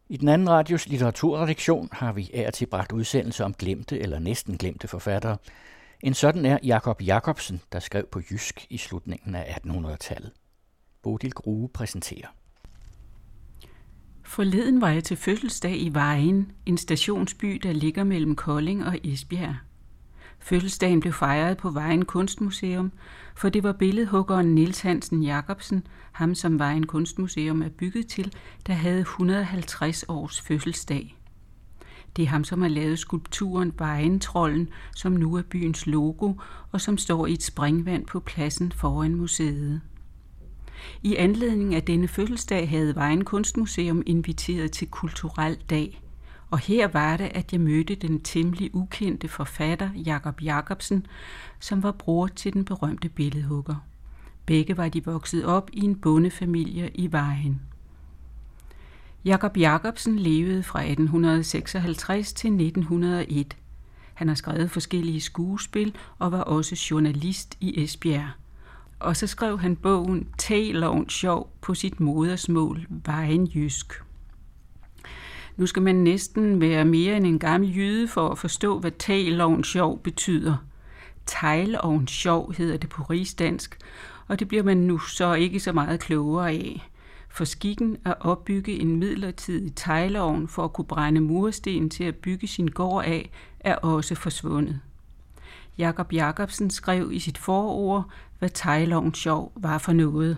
I den anden radios litteraturredaktion har vi af og til bragt udsendelser om glemte eller næsten glemte forfattere. En sådan er Jacob Jacobsen, der skrev på jysk i slutningen af 1800-tallet. Bodil Grue præsenterer. Forleden var jeg til fødselsdag i Vejen, en stationsby, der ligger mellem Kolding og Esbjerg. Fødselsdagen blev fejret på Vejen Kunstmuseum, for det var billedhuggeren Niels Hansen Jacobsen, ham som Vejen Kunstmuseum er bygget til, der havde 150 års fødselsdag. Det er ham, som har lavet skulpturen Vejentrolden, som nu er byens logo, og som står i et springvand på pladsen foran museet. I anledning af denne fødselsdag havde Vejen Kunstmuseum inviteret til kulturel dag, og her var det, at jeg mødte den temmelig ukendte forfatter Jacob Jacobsen, som var bror til den berømte billedhugger. Begge var de vokset op i en bondefamilie i Vejen. Jacob Jacobsen levede fra 1856 til 1901. Han har skrevet forskellige skuespil og var også journalist i Esbjerg. Og så skrev han bogen Teloven Sjov på sit modersmål, Vejenjysk. Nu skal man næsten være mere end en gammel jyde for at forstå, hvad Teloven Sjov betyder. Teloven Sjov hedder det på rigsdansk, og det bliver man nu så ikke så meget klogere af. For skikken at opbygge en midlertidig teglovn for at kunne brænde mursten til at bygge sin gård af, er også forsvundet. Jacob Jacobsen skrev i sit forord, hvad Teglovens Sjov var for noget.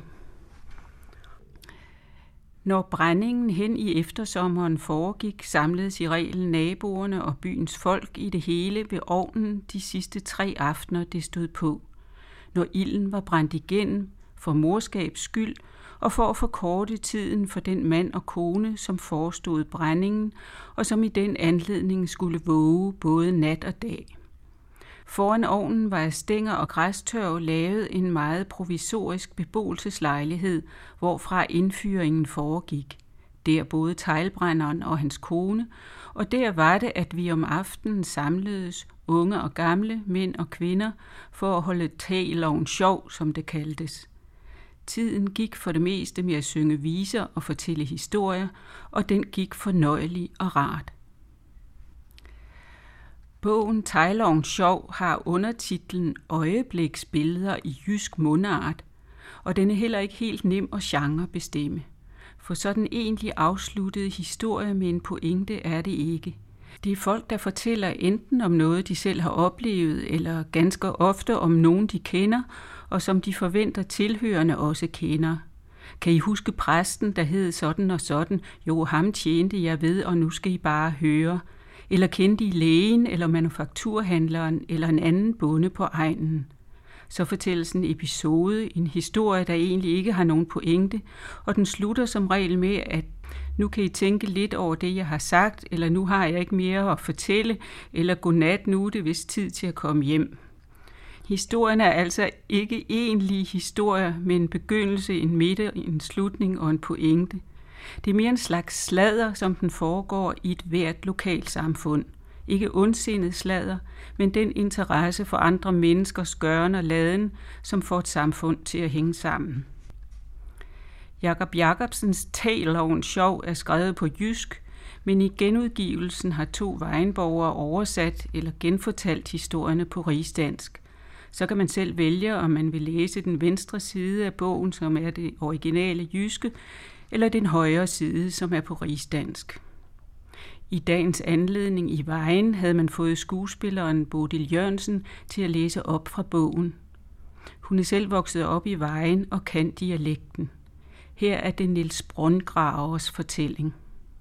Når brændingen hen i eftersommeren foregik, samledes i regel naboerne og byens folk i det hele ved ovnen de sidste 3 aftener, det stod på. Når ilden var brændt igennem, for morskabs skyld, og for at forkorte tiden for den mand og kone, som forestod brændingen, og som i den anledning skulle våge både nat og dag. Foran ovnen var af stænger og græstørv lavet en meget provisorisk beboelseslejlighed, hvorfra indfyringen foregik. Der boede teglbrænderen og hans kone, og der var det, at vi om aftenen samledes, unge og gamle, mænd og kvinder, for at holde teloven sjov, som det kaldtes. Tiden gik for det meste med at synge viser og fortælle historier, og den gik fornøjelig og rart. Bogen Teglovens Sjov har undertitlen Øjebliksbilleder i jysk mundart, og den er heller ikke helt nem at genrebestemme. For sådan egentlig afsluttede historie med en pointe er det ikke. Det er folk, der fortæller enten om noget, de selv har oplevet, eller ganske ofte om nogen, de kender, og som de forventer tilhørende også kender. Kan I huske præsten, der hed sådan og sådan? Jo, ham tjente jeg ved, og nu skal I bare høre. Eller kendte I lægen, eller manufakturhandleren, eller en anden bonde på egnen. Så fortælles en episode, en historie, der egentlig ikke har nogen pointe, og den slutter som regel med, at nu kan I tænke lidt over det, jeg har sagt, eller nu har jeg ikke mere at fortælle, eller godnat, nu er det vist tid til at komme hjem. Historien er altså ikke egentlig historie, men en begyndelse, en midte, en slutning og en pointe. Det er mere en slags sladder, som den foregår i et hvert lokalsamfund. Ikke ondsindet sladder, men den interesse for andre menneskers gøren og laden, som får et samfund til at hænge sammen. Jacob Jacobsens Teglovens Sjov er skrevet på jysk, men i genudgivelsen har 2 vejenborgere oversat eller genfortalt historierne på rigsdansk. Så kan man selv vælge, om man vil læse den venstre side af bogen, som er det originale jyske, eller den højre side, som er på rigsdansk. I dagens anledning i Vejen havde man fået skuespilleren Bodil Jørgensen til at læse op fra bogen. Hun er selv vokset op i Vejen og kan dialekten. Her er det Niels Brundgravers fortælling.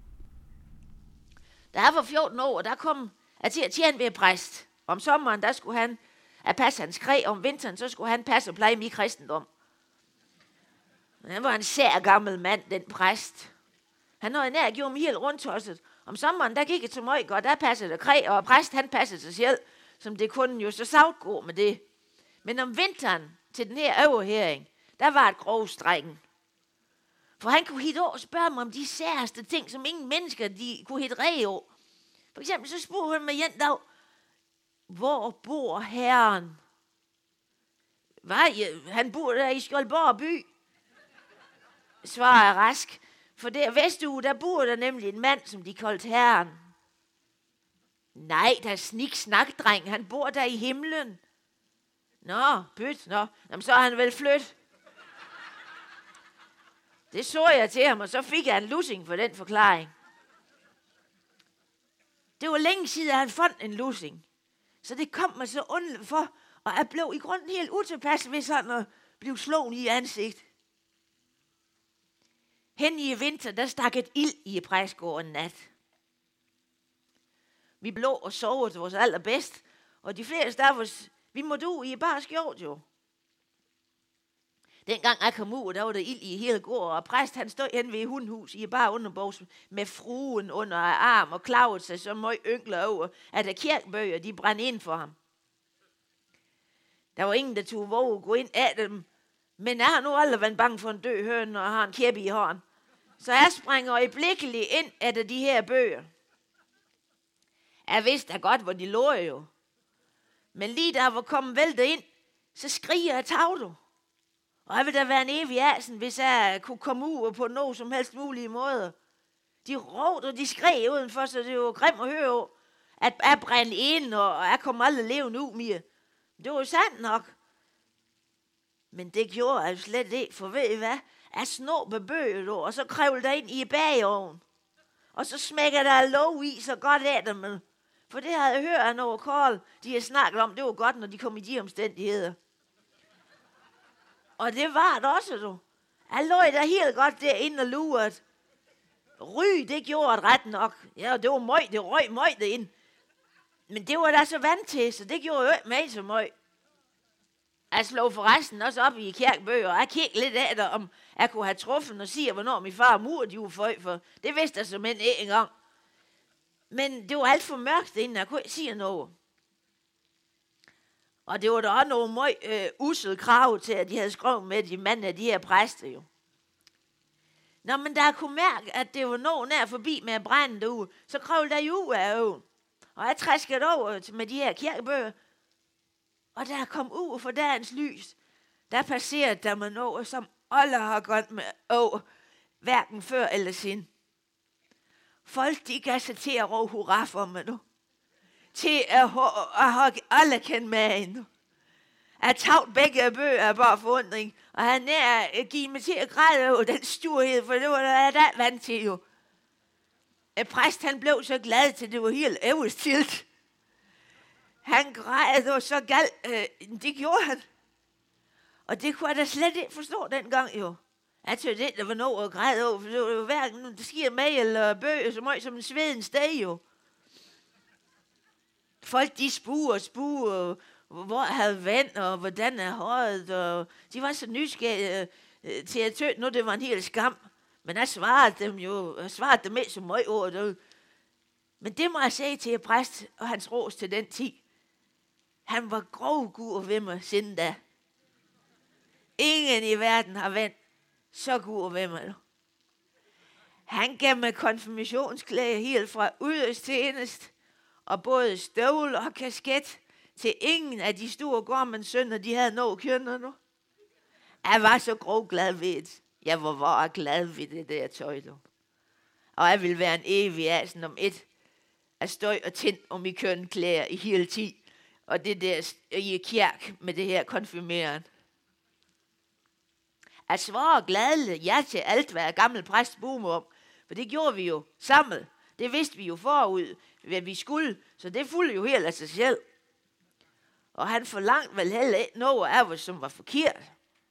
Da jeg var 14 år, der kom jeg til at tjene ved præst. Om sommeren, der skulle han passe hans kræ, om vinteren, så skulle han passe og pleje min kristendom. Han var en sær gammel mand, den præst. Han havde nær gjort mig helt rundtosset. Om sommeren, der gik det så meget godt, der passede der kræ, og præst, han passede sig selv, som det kunne jo så savt gå med det. Men om vinteren, til den her overhæring, der var et grovstrækken. For han kunne hit over og spørge mig om de særste ting, som ingen mennesker de kunne hit ræge over. For eksempel så spurgte han mig en dag, hvor bor herren? Han bor der i Skjoldborg by, svarer jeg rask. For der vestuge, der bor der nemlig en mand, som de kaldte Herren. Nej, der er snik-snak, dreng. Han bor der i himlen. Nå, pyt, nå. Jamen, så er han vel flyttet. Det så jeg til ham, og så fik jeg en lussing for den forklaring. Det var længe siden, at han fandt en lussing. Så det kom mig så underligt for, og jeg blev i grunden helt utilpas ved sådan at blive slået i ansigt. Hen i vinter, der stak et ild i præstegården en nat. Vi lå og sov til vores allerbedst, og de fleste af os, vi måtte ud i bare skjort jo. Dengang jeg kom ud, der var der ild i hele gården, og præst han stod hen ved hundhus i bare underbogs med fruen under arm og klavede sig så meget ynkler over, at der kirkebøger, de brændte ind for ham. Der var ingen, der tog våge at gå ind af dem, men jeg har nu aldrig været bange for en død høne, og har en kæppe i hånden. Så jeg springer øjeblikkeligt ind af de her bøger. Jeg vidste da godt, hvor de lå jo. Men lige da jeg var kommet væltet ind, så skriger jeg tavle. Og jeg ville da være en evig asen, hvis jeg kunne komme ud på noget som helst mulige måder. De råbte, og de skreg udenfor, så det var grimt at høre, at jeg brændte ind, og jeg kom aldrig levende ud mere. Det var jo sandt nok. Men det gjorde jeg slet ikke, for ved I hvad? Jeg snå med bøget, og så krævede der ind i bageovnen. Og så smækker der låg i, så godt af dem. For det havde jeg hørt af noget Karl, de har snakket om, det var godt, når de kom i de omstændigheder. Og det var det også, du. Jeg lå der helt godt derinde og lurede. Ryg, det gjorde det ret nok. Ja, det var møg, det røg møg derinde. Men det var der så vant til, så det gjorde jo ikke mig så møg. Jeg slog forresten også op i kirkebøger, og jeg kiggede lidt af det, om jeg kunne have truffet og sige, hvornår min far og mor, de var født for. Det vidste jeg simpelthen ikke engang. Men det var alt for mørkt inden jeg kunne ikke sige noget. Og det var da også nogle meget usel krav til, at de havde skrevet med de mand af de her præster jo. Nå, men da jeg kunne mærke, at det var nogen nær forbi med at brænde derude, så kravlede der jo ud af øven. Og jeg træskede over med de her kirkebøger. Og da jeg kom ud for dagens lys, der passerede der med noget, som alle har gået med over, hverken før eller siden. Folk, de gav sig til at råbe hurra for mig nu. Til at hugge alle kendt med endnu. Jeg tog begge bøger af bare forundring, og han nær give mig til at græde over den sturhed, for det var der jeg vant til jo. Præst, han blev så glad til, det var helt øverstilt. Han græd og så galt, det gjorde han. Og det kunne jeg da slet ikke forstå dengang jo. Jeg tød ikke, der var noget at græde over, for det var jo hverken, der sker med eller bøger, så meget som en svedens sted jo. Folk, de spuger, hvor jeg havde vand, og hvordan jeg højet, og de var så nysgerrige til at tød, nu det var en hel skam. Men jeg svarede dem ikke så meget over det. Men det må jeg sige til præst og hans ros til den tid. Han var grovgur ved mig siden da. Ingen i verden har vendt så gur ved mig. Han gav mig konfirmationsklæder helt fra yderst til inderst, og både støvle og kasket til ingen af de store gårdmandssønner, de havde noget kønner nu. Jeg var så glad ved det. Jeg var glad ved det der tøj, du. Og jeg ville være en evig asen om et at støj og tænd om i kønklæder i hele tid. Og det der i kirke med det her konfirmeren. Jeg svarer gladeligt ja til alt, hvad gammel præst boede om. For det gjorde vi jo sammen. Det vidste vi jo forud, hvad vi skulle. Så det fulgte jo helt af sig selv. Og han forlangte vel heller ikke noget af os, som var forkert.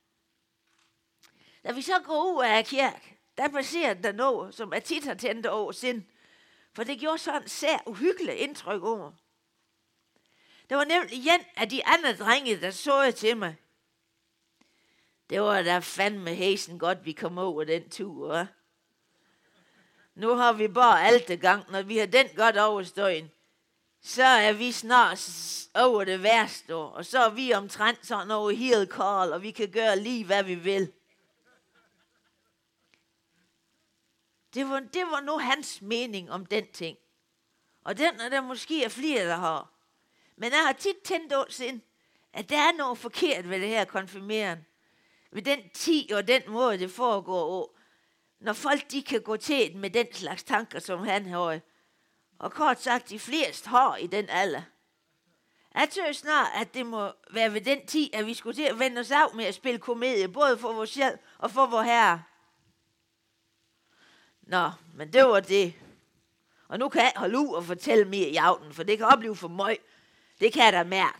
Da vi så går ud af kirke, der passerede der noget, som jeg tit har tændt over sind. For det gjorde sådan sær uhyggeligt indtryk over. Der var nemlig en af de andre drenge, der så til mig. Det var da fandme hæsen godt, vi kom over den tur, hva'? Nu har vi bare alt det gang, når vi har den godt overstøjen. Så er vi snart over det værste, og så er vi omtrent sådan over helt kold, og vi kan gøre lige, hvad vi vil. Det var nu hans mening om den ting. Og den er der måske flere, der har. Men jeg har tit tænkt over sind, at der er noget forkert ved det her konfirmeren. Ved den tid og den måde, det foregår over. når folk de kan gå til med den slags tanker, som han har. Og kort sagt, de fleste har i den alder. Jeg tror snart, at det må være ved den tid, at vi skulle til at vende os af med at spille komedie, både for vores selv og for vor herre. Nå, men det var det. Og nu kan jeg holde ud og fortælle mere i aften, for det kan opleve for mig. Det kan jeg da mærke.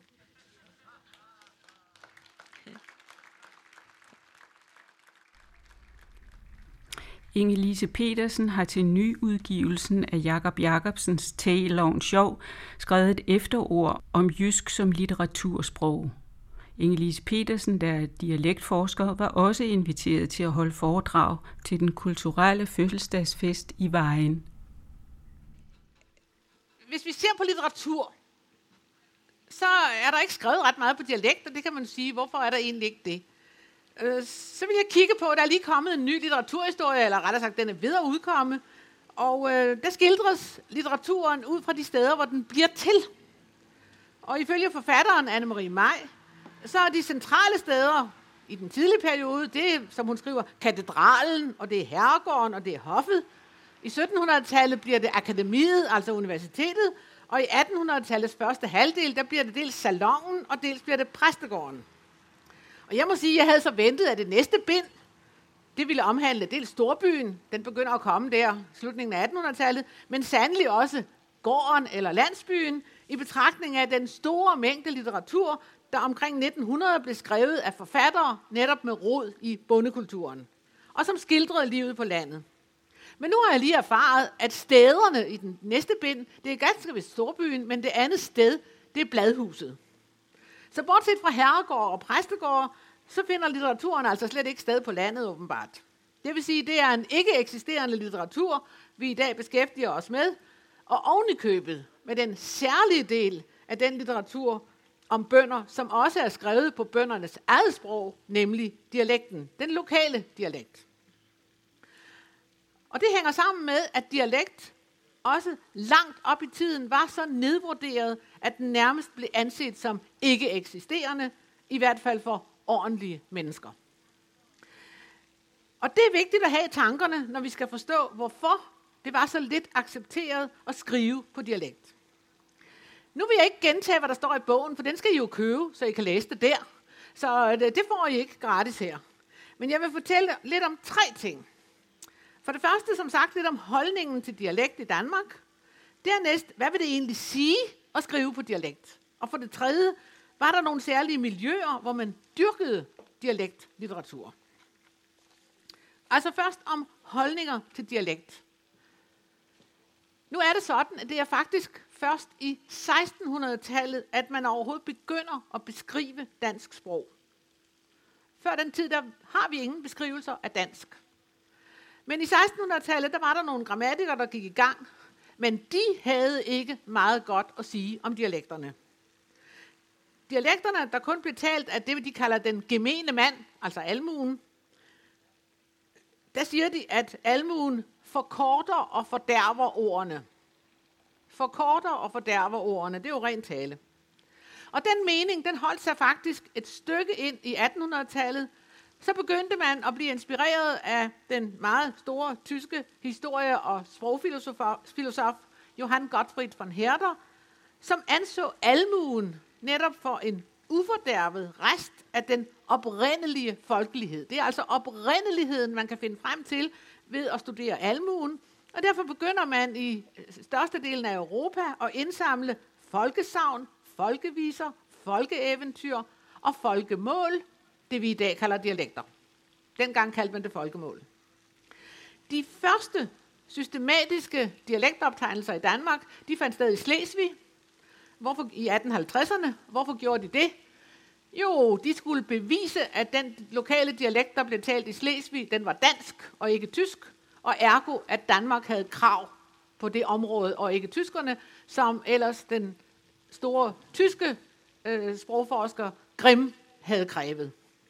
Inge-Lise Petersen har til nyudgivelsen af Jakob Jakobsens Taleloven Sjov skrevet et efterord om jysk som litteratursprog. Inge-Lise Petersen, der er dialektforsker, var også inviteret til at holde foredrag til den kulturelle fødselsdagsfest i Vejen. Hvis vi ser på litteratur, så er der ikke skrevet ret meget på dialekt, og det kan man sige, hvorfor er der egentlig ikke det? Så vil jeg kigge på, at der er lige kommet en ny litteraturhistorie, eller rettere sagt, den er ved at udkomme, og der skildres litteraturen ud fra de steder, hvor den bliver til. Og ifølge forfatteren Anne-Marie Maj, så er de centrale steder i den tidlige periode, det er, som hun skriver, katedralen, og det er herregården, og det er hoffet. I 1700-tallet bliver det akademiet, altså universitetet, og i 1800-tallets første halvdel, der bliver det dels salonen, og dels bliver det præstegården. Og jeg må sige, at jeg havde så ventet, at det næste bind, det ville omhandle dels storbyen, den begynder at komme der i slutningen af 1800-tallet, men sandelig også gården eller landsbyen, i betragtning af den store mængde litteratur, der omkring 1900 blev skrevet af forfattere netop med rod i bondekulturen, og som skildrede livet på landet. Men nu har jeg lige erfaret, at stederne i den næste bind, det er ganske vist storbyen, men det andet sted, det er Bladhuset. Så bortset fra herregård og præstegård, så finder litteraturen altså slet ikke sted på landet åbenbart. Det vil sige, det er en ikke eksisterende litteratur, vi i dag beskæftiger os med, og ovenikøbet med den særlige del af den litteratur om bønder, som også er skrevet på bøndernes eget sprog, nemlig dialekten, den lokale dialekt. Og det hænger sammen med, at dialekt også langt op i tiden var så nedvurderet, at den nærmest blev anset som ikke eksisterende, i hvert fald for ordentlige mennesker. Og det er vigtigt at have i tankerne, når vi skal forstå, hvorfor det var så lidt accepteret at skrive på dialekt. Nu vil jeg ikke gentage, hvad der står i bogen, for den skal I jo købe, så I kan læse det der. Så det får I ikke gratis her. Men jeg vil fortælle lidt om 3 ting. For det første, som sagt, lidt om holdningen til dialekt i Danmark. Dernæst, hvad vil det egentlig sige at skrive på dialekt? Og for det tredje, var der nogle særlige miljøer, hvor man dyrkede dialektlitteratur. Altså først om holdninger til dialekt. Nu er det sådan, at det er faktisk først i 1600-tallet, at man overhovedet begynder at beskrive dansk sprog. Før den tid, der har vi ingen beskrivelser af dansk. Men i 1600-tallet, der var der nogle grammatikere, der gik i gang, men de havde ikke meget godt at sige om dialekterne. Dialekterne, der kun blev talt af det, de kalder den gemene mand, altså almuen, der siger de, at almuen forkorter og fordærver ordene. Forkorter og fordærver ordene, det er jo rent tale. Og den mening, den holdt sig faktisk et stykke ind i 1800-tallet. Så begyndte man at blive inspireret af den meget store tyske historie- og sprogfilosof Johann Gottfried von Herder, som anså almuen netop for en ufordærvet rest af den oprindelige folkelighed. Det er altså oprindeligheden, man kan finde frem til ved at studere almuen, og derfor begynder man i størstedelen af Europa at indsamle folkesagn, folkeviser, folkeeventyr og folkemål, det vi i dag kalder dialekter. Dengang kaldte man det folkemål. De første systematiske dialektoptegnelser i Danmark, de fandt sted i Slesvig, i 1850'erne. Hvorfor gjorde de det? Jo, de skulle bevise, at den lokale dialekt, der blev talt i Slesvig, den var dansk og ikke tysk, og ergo, at Danmark havde krav på det område, og ikke tyskerne, som ellers den store tyske sprogforsker Grimm havde krævet.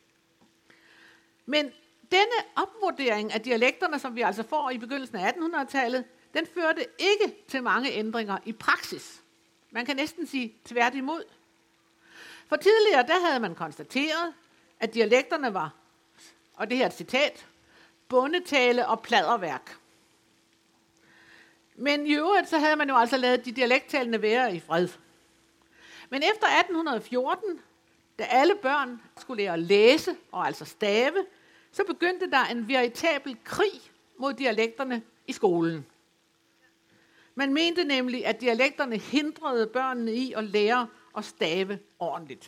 Men denne opvurdering af dialekterne, som vi altså får i begyndelsen af 1800-tallet, den førte ikke til mange ændringer i praksis. Man kan næsten sige tværtimod. For tidligere, der havde man konstateret, at dialekterne var, og det her er et citat, bondetale og pladderværk. Men i øvrigt så havde man jo altså ladet de dialekttalende være i fred. Men efter 1814, da alle børn skulle lære at læse og altså stave, så begyndte der en veritabel krig mod dialekterne i skolen. Man mente nemlig, at dialekterne hindrede børnene i at lære at stave ordentligt.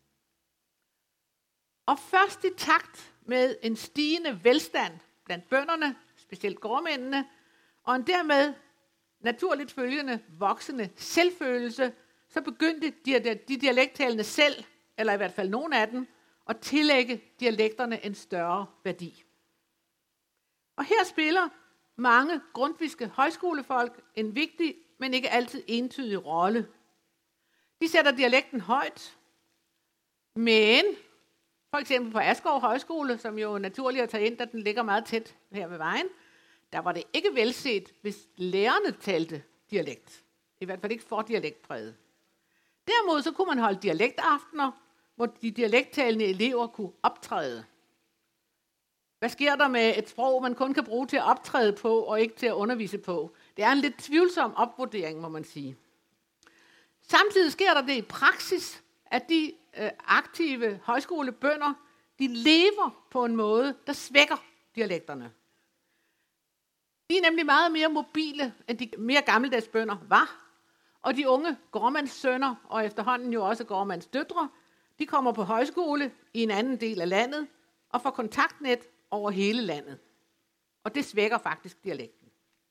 Og først i takt med en stigende velstand blandt bønderne, specielt gårdmændene, og en dermed naturligt følgende voksende selvfølelse, så begyndte de dialekttalende selv, eller i hvert fald nogle af dem, at tillægge dialekterne en større værdi. Og her spiller mange grundtvigske højskolefolk en vigtig, men ikke altid entydig rolle. De sætter dialekten højt, men for eksempel på Askov Højskole, som jo er naturligt at tage ind, da den ligger meget tæt her ved vejen, der var det ikke velset, hvis lærerne talte dialekt. I hvert fald ikke for dialektpræget. Derimod så kunne man holde dialektaftener, hvor de dialekttalende elever kunne optræde. Hvad sker der med et sprog, man kun kan bruge til at optræde på, og ikke til at undervise på? Det er en lidt tvivlsom opvurdering, må man sige. Samtidig sker der det i praksis, at de aktive højskolebønder, de lever på en måde, der svækker dialekterne. De er nemlig meget mere mobile, end de mere gammeldags bønder var. Og de unge gårdmandssønner, og efterhånden jo også gårdmandsdøtre, de kommer på højskole i en anden del af landet, og får kontaktnet over hele landet. Og det svækker faktisk dialekten.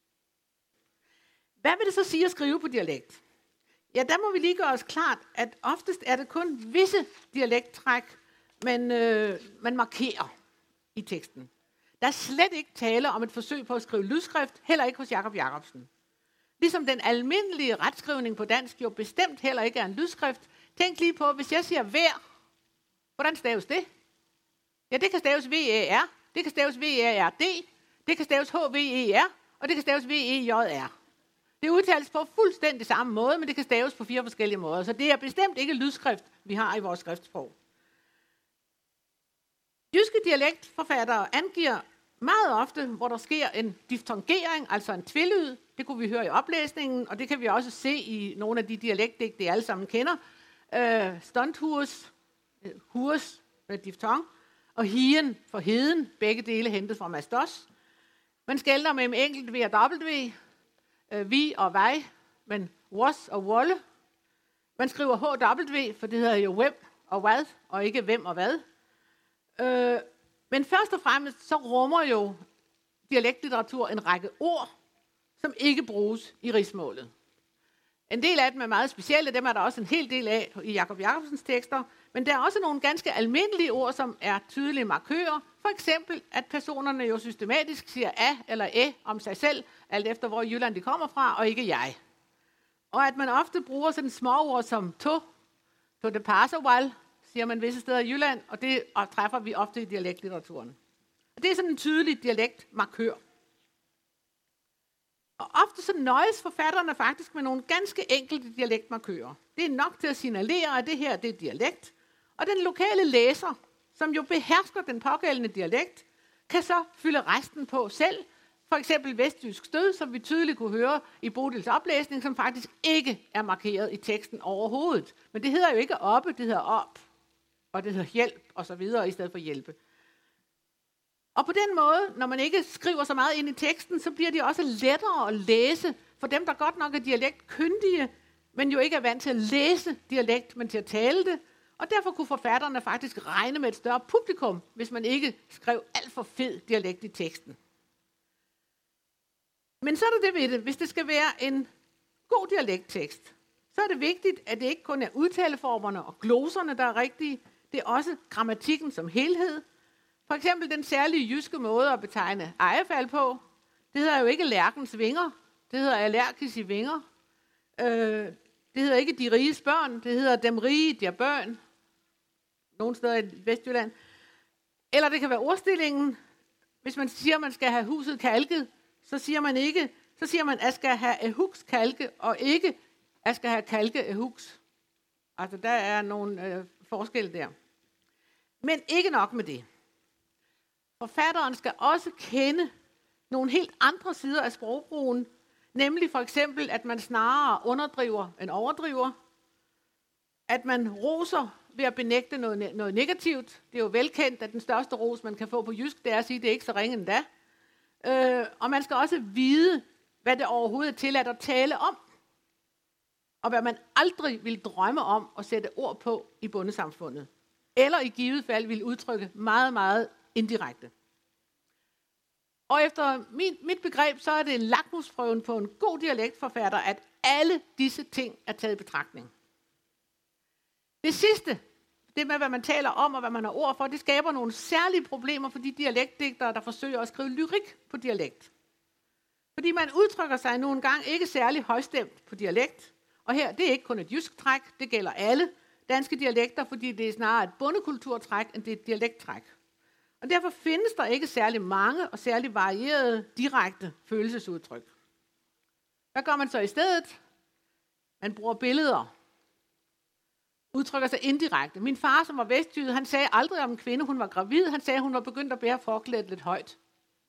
Hvad vil det så sige at skrive på dialekt? Ja, der må vi lige gøre os klart, at oftest er det kun visse dialekttræk, man markerer i teksten. Der er slet ikke tale om et forsøg på at skrive lydskrift, heller ikke hos Jakob Jakobsen. Ligesom den almindelige retskrivning på dansk jo bestemt heller ikke er en lydskrift. Tænk lige på, hvis jeg siger vær, hvordan staves det? Ja, det kan staves V-A-R, det kan staves V-A-R-D, det kan staves H-V-E-R, og det kan staves V-E-J-R. Det udtales på fuldstændig samme måde, men det kan staves på 4 forskellige måder. Så det er bestemt ikke lydskrift, vi har i vores skriftsprog. Jyske dialektforfattere angiver meget ofte, hvor der sker en diftongering, altså en tvilyd. Det kunne vi høre i oplæsningen, og det kan vi også se i nogle af de dialektdigte, I alle sammen kender. Stunthurs, hurs med diftong, og hien for heden, begge dele hentet fra mastos. Man skelner mellem enkelt V og W, vi og vej, men was og wolle. Man skriver HW, for det hedder jo hvem og hvad, og ikke hvem og hvad. Men først og fremmest så rummer jo dialektlitteratur en række ord, som ikke bruges i rigsmålet. En del af dem er meget specielle, dem er der også en hel del af i Jakob Jakobsens tekster, men der er også nogle ganske almindelige ord, som er tydelige markører. For eksempel, at personerne jo systematisk siger a eller æ om sig selv, alt efter hvor i Jylland de kommer fra, og ikke jeg. Og at man ofte bruger sådan små ord som to det passer vel, siger man visse steder i Jylland, og det træffer vi ofte i dialektlitteraturen. Og det er sådan en tydelig dialektmarkør. Og ofte så nøjes forfatterne faktisk med nogle ganske enkelte dialektmarkører. Det er nok til at signalere, at det her det er dialekt. Og den lokale læser, som jo behersker den pågældende dialekt, kan så fylde resten på selv. For eksempel vestjysk stød, som vi tydeligt kunne høre i Bodils oplæsning, som faktisk ikke er markeret i teksten overhovedet. Men det hedder jo ikke oppe, det hedder op. Og det hedder hjælp, og så videre, i stedet for hjælpe. Og på den måde, når man ikke skriver så meget ind i teksten, så bliver det også lettere at læse for dem, der godt nok er dialektkyndige, men jo ikke er vant til at læse dialekt, men til at tale det. Og derfor kunne forfatterne faktisk regne med et større publikum, hvis man ikke skrev alt for fed dialekt i teksten. Men så er det ved det. Hvis det skal være en god dialekttekst, så er det vigtigt, at det ikke kun er udtaleformerne og gloserne, der er rigtige. Det er også grammatikken som helhed. For eksempel den særlige jyske måde at betegne ejefald på. Det hedder jo ikke lærkens vinger. Det hedder allergis i vinger. Det hedder ikke de riges børn. Det hedder dem rige, der børn. Nogle steder i Vestjylland. Eller det kan være ordstillingen. Hvis man siger, at man skal have huset kalket, så siger man, at jeg skal have hus kalke, og ikke, at jeg skal have kalke hus. Altså, der er nogle forskelle der. Men ikke nok med det. Forfatteren skal også kende nogle helt andre sider af sprogbrugen, nemlig for eksempel, at man snarere underdriver end overdriver, at man roser ved at benægte noget negativt. Det er jo velkendt, at den største ros, man kan få på jysk, det er at sige, at det er ikke så ringe endda. Og man skal også vide, hvad det overhovedet er tilladt at tale om, og hvad man aldrig vil drømme om at sætte ord på i bondesamfundet, eller i givet fald vil udtrykke meget, meget indirekte. Og efter mit begreb, så er det lakmusprøven på en god dialektforfatter, at alle disse ting er taget i betragtning. Det sidste, det med, hvad man taler om og hvad man har ord for, det skaber nogle særlige problemer for de dialektdigtere, der forsøger at skrive lyrik på dialekt. Fordi man udtrykker sig nogle gange ikke særlig højstemt på dialekt, og her, det er ikke kun et jysk træk, det gælder alle danske dialekter, fordi det er snarere et bondekulturtræk, end det er et dialekttræk. Og derfor findes der ikke særlig mange og særlig varierede direkte følelsesudtryk. Hvad gør man så i stedet? Man bruger billeder. Udtrykker sig indirekte. Min far, som var vestjyde, han sagde aldrig om en kvinde, hun var gravid. Han sagde, hun var begyndt at bære forklædet lidt højt.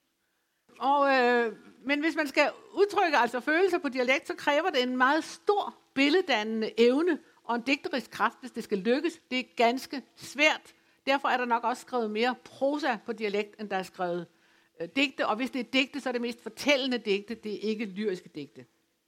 Men hvis man skal udtrykke altså følelser på dialekt, så kræver det en meget stor billeddannende evne og en digterisk kraft, hvis det skal lykkes. Det er ganske svært. Derfor er der nok også skrevet mere prosa på dialekt, end der er skrevet digte. Og hvis det er digte, så er det mest fortællende digte. Det er ikke lyriske digte.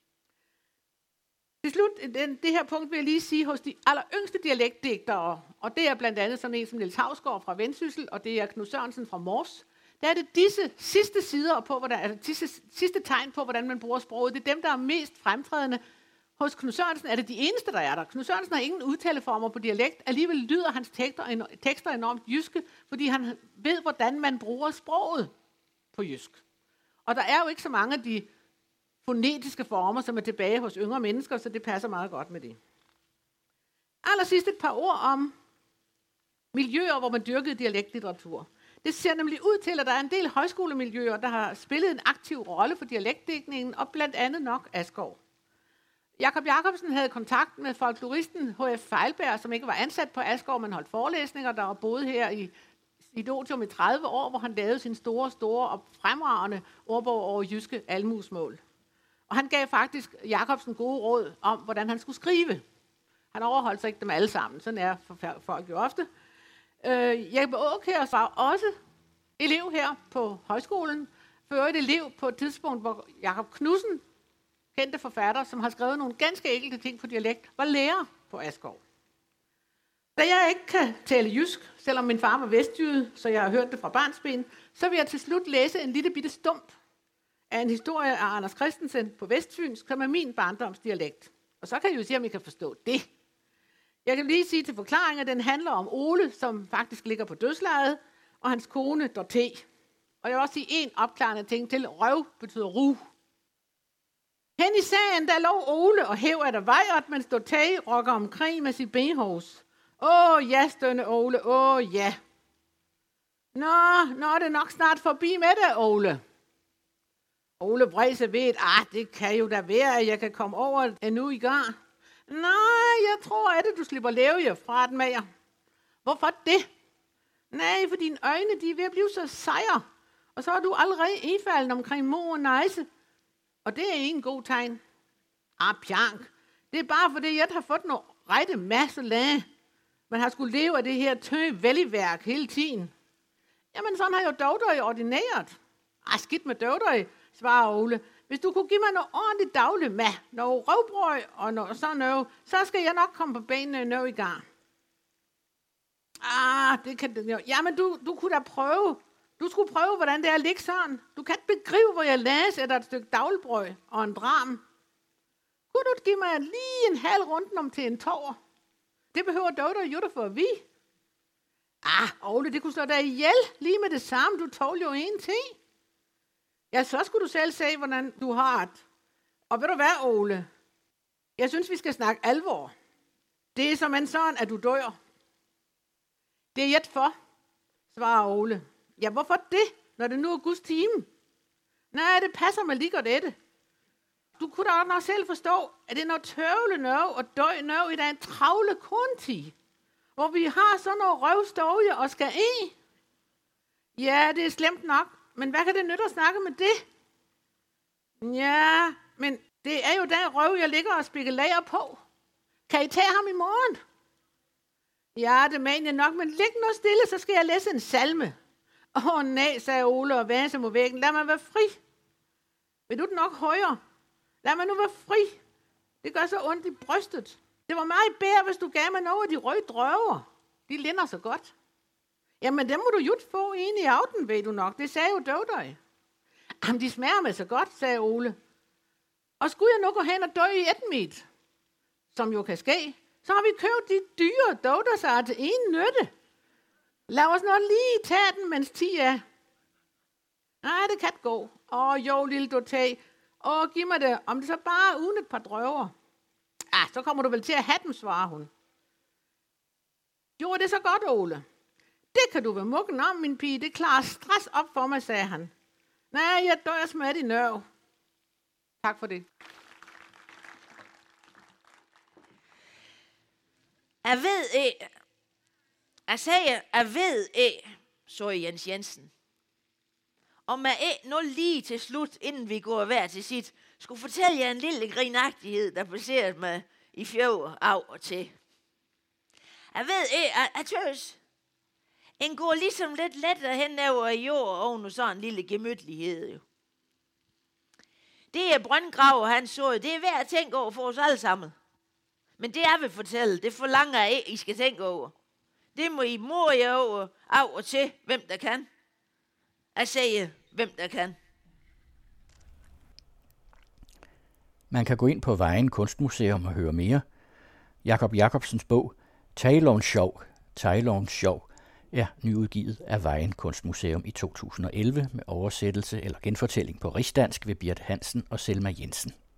Til slut, det her punkt vil jeg lige sige, hos de alleryngste dialektdigtere, og det er blandt andet sådan en som Niels Hausgaard fra Vendsyssel, og det er Knud Sørensen fra Mors, der er det disse sidste sider på, sidste tegn på, hvordan man bruger sproget. Det er dem, der er mest fremtrædende. Hos Knud Sørensen er det de eneste, der er der. Knud Sørensen har ingen udtaleformer på dialekt. Alligevel lyder hans tekster enormt jyske, fordi han ved, hvordan man bruger sproget på jysk. Og der er jo ikke så mange af de fonetiske former, som er tilbage hos yngre mennesker, så det passer meget godt med det. Allersidst et par ord om miljøer, hvor man dyrkede dialektlitteratur. Det ser nemlig ud til, at der er en del højskolemiljøer, der har spillet en aktiv rolle for dialektdækningen, og blandt andet nok Askov. Jakob Jakobsen havde kontakt med folkloristen H.F. Feilberg, som ikke var ansat på Askov, men holdt forelæsninger, der var boet her i Dotium i 30 år, hvor han lavede sin store og fremragende ordbog over jyske almuesmål. Og han gav faktisk Jakobsen gode råd om, hvordan han skulle skrive. Han overholdt sig ikke dem alle sammen, sådan er folk jo ofte. Jeppe Aakjær var også elev her på højskolen, for et elev på et tidspunkt, hvor Jakob Knudsen, kendte forfatter, som har skrevet nogle ganske enkelte ting på dialekt, var lærer på Askov. Da jeg ikke kan tale jysk, selvom min far var vestjyde, så jeg har hørt det fra barnsben, så vil jeg til slut læse en lille bitte stump af en historie af Anders Christensen på vestfynsk, som er min barndomsdialekt. Og så kan I jo se, om I kan forstå det. Jeg kan lige sige til forklaring, at den handler om Ole, som faktisk ligger på dødslejet, og hans kone Dorte. Og jeg vil også sige en opklarende ting til. Røv betyder ru. Hen i sagen, der lå Ole og hæv af der vejret, mens Dorte rokker omkring med sit benhås. Åh ja, stønne Ole, åh ja. Nå er det nok snart forbi med det, Ole. Ole Bræse ved, det kan jo da være, at jeg kan komme over endnu i gang. Nej, jeg tror, at du slipper leve fra den med jer. Hvorfor det? Nej, for dine øjne, de er ved at blive så sejre. Og så er du allerede ifalden omkring mor og nejse. Og det er ikke en god tegn. Pjank. Det er bare fordi, jeg har fået nogle rette masse lag. Man har skulle leve af det her vælgværk hele tiden. Jamen, sådan har jo Dovdøj ordineret. Skidt med Dovdøj, svarer Ole. Hvis du kunne give mig noget ordentligt dagligt mad, noget røvbrød og noget sådan noget, så skal jeg nok komme på benene nu i gang. Det kan det jo. Jamen, du kunne da prøve. Du skulle prøve, hvordan det er at ligge sådan. Du kan ikke begribe, hvor jeg læser et stykke dagligbrød og en dram. Kunne du give mig lige en halv runden om til en tår? Det behøver Dovdøj jo for at vide. Ole, det kunne slå dig ihjel lige med det samme. Du tål jo en ting. Ja, så skulle du selv se, hvordan du har det. Og ved du hvad, Ole? Jeg synes, vi skal snakke alvor. Det er som en sådan, at du dør. Det er jet for, svarer Ole. Ja, hvorfor det, når det nu er Guds time? Nej, det passer mig lige godt dette. Du kunne da nok selv forstå, at det er noget tøvle nøv og døj nøv i den travle kunti, hvor vi har sådan noget røvstøje og skal i. Ja, det er slemt nok, men hvad kan det nytte at snakke med det? Ja, men det er jo den røv, jeg ligger og spekulerer på. Kan I tage ham i morgen? Ja, det mener jeg nok, men lig nu stille, så skal jeg læse en salme. Nej, sagde Ole og vase mod væggen. Lad mig være fri. Vil du den nok højere? Lad mig nu være fri. Det gør så ondt i brystet. Det var meget bedre, hvis du gav mig nogle af de røde drøver. De linder så godt. Jamen, dem må du just få en i aften, ved du nok. Det sagde jo døvdøj. Jamen, de smager mig så godt, sagde Ole. Og skulle jeg nu gå hen og dø i etmid, som jo kan ske, så har vi købt de dyre døvdøjsager til en nytte. Lad os nu lige tage den, mens 10 er. Nej, det kan gå. Jo, lille dotag. Giv mig det, om det så bare uden et par drøver. Så kommer du vel til at have dem, svarer hun. Jo, det er så godt, Ole. Det kan du være muggen om, min pige. Det klarer stress op for mig, sagde han. Nej, jeg dør smat i nerv. Tak for det. Jeg ved, så Jens Jensen. Om jeg nu lige til slut, inden vi går hver til sit, skulle fortælle jer en lille grinagtighed, der passerede mig i fjor af og til. Jeg ved, jeg tøs. En går ligesom lidt lettere hen over jord oven sådan en lille gemytlighed, jo. Det er brøndgraver, han så, det er værd at tænke over for os alle sammen. Men det jeg vil fortælle, det forlanger jeg ikke, I skal tænke over. Det må I mor jer over af og til, hvem der kan. Jeg siger, hvem der kan. Man kan gå ind på Vejen Kunstmuseum og høre mere. Jakob Jakobsens bog Taglovens Sjov er nyudgivet af Vejen Kunstmuseum i 2011 med oversættelse eller genfortælling på rigsdansk ved Birte Hansen og Selma Jensen.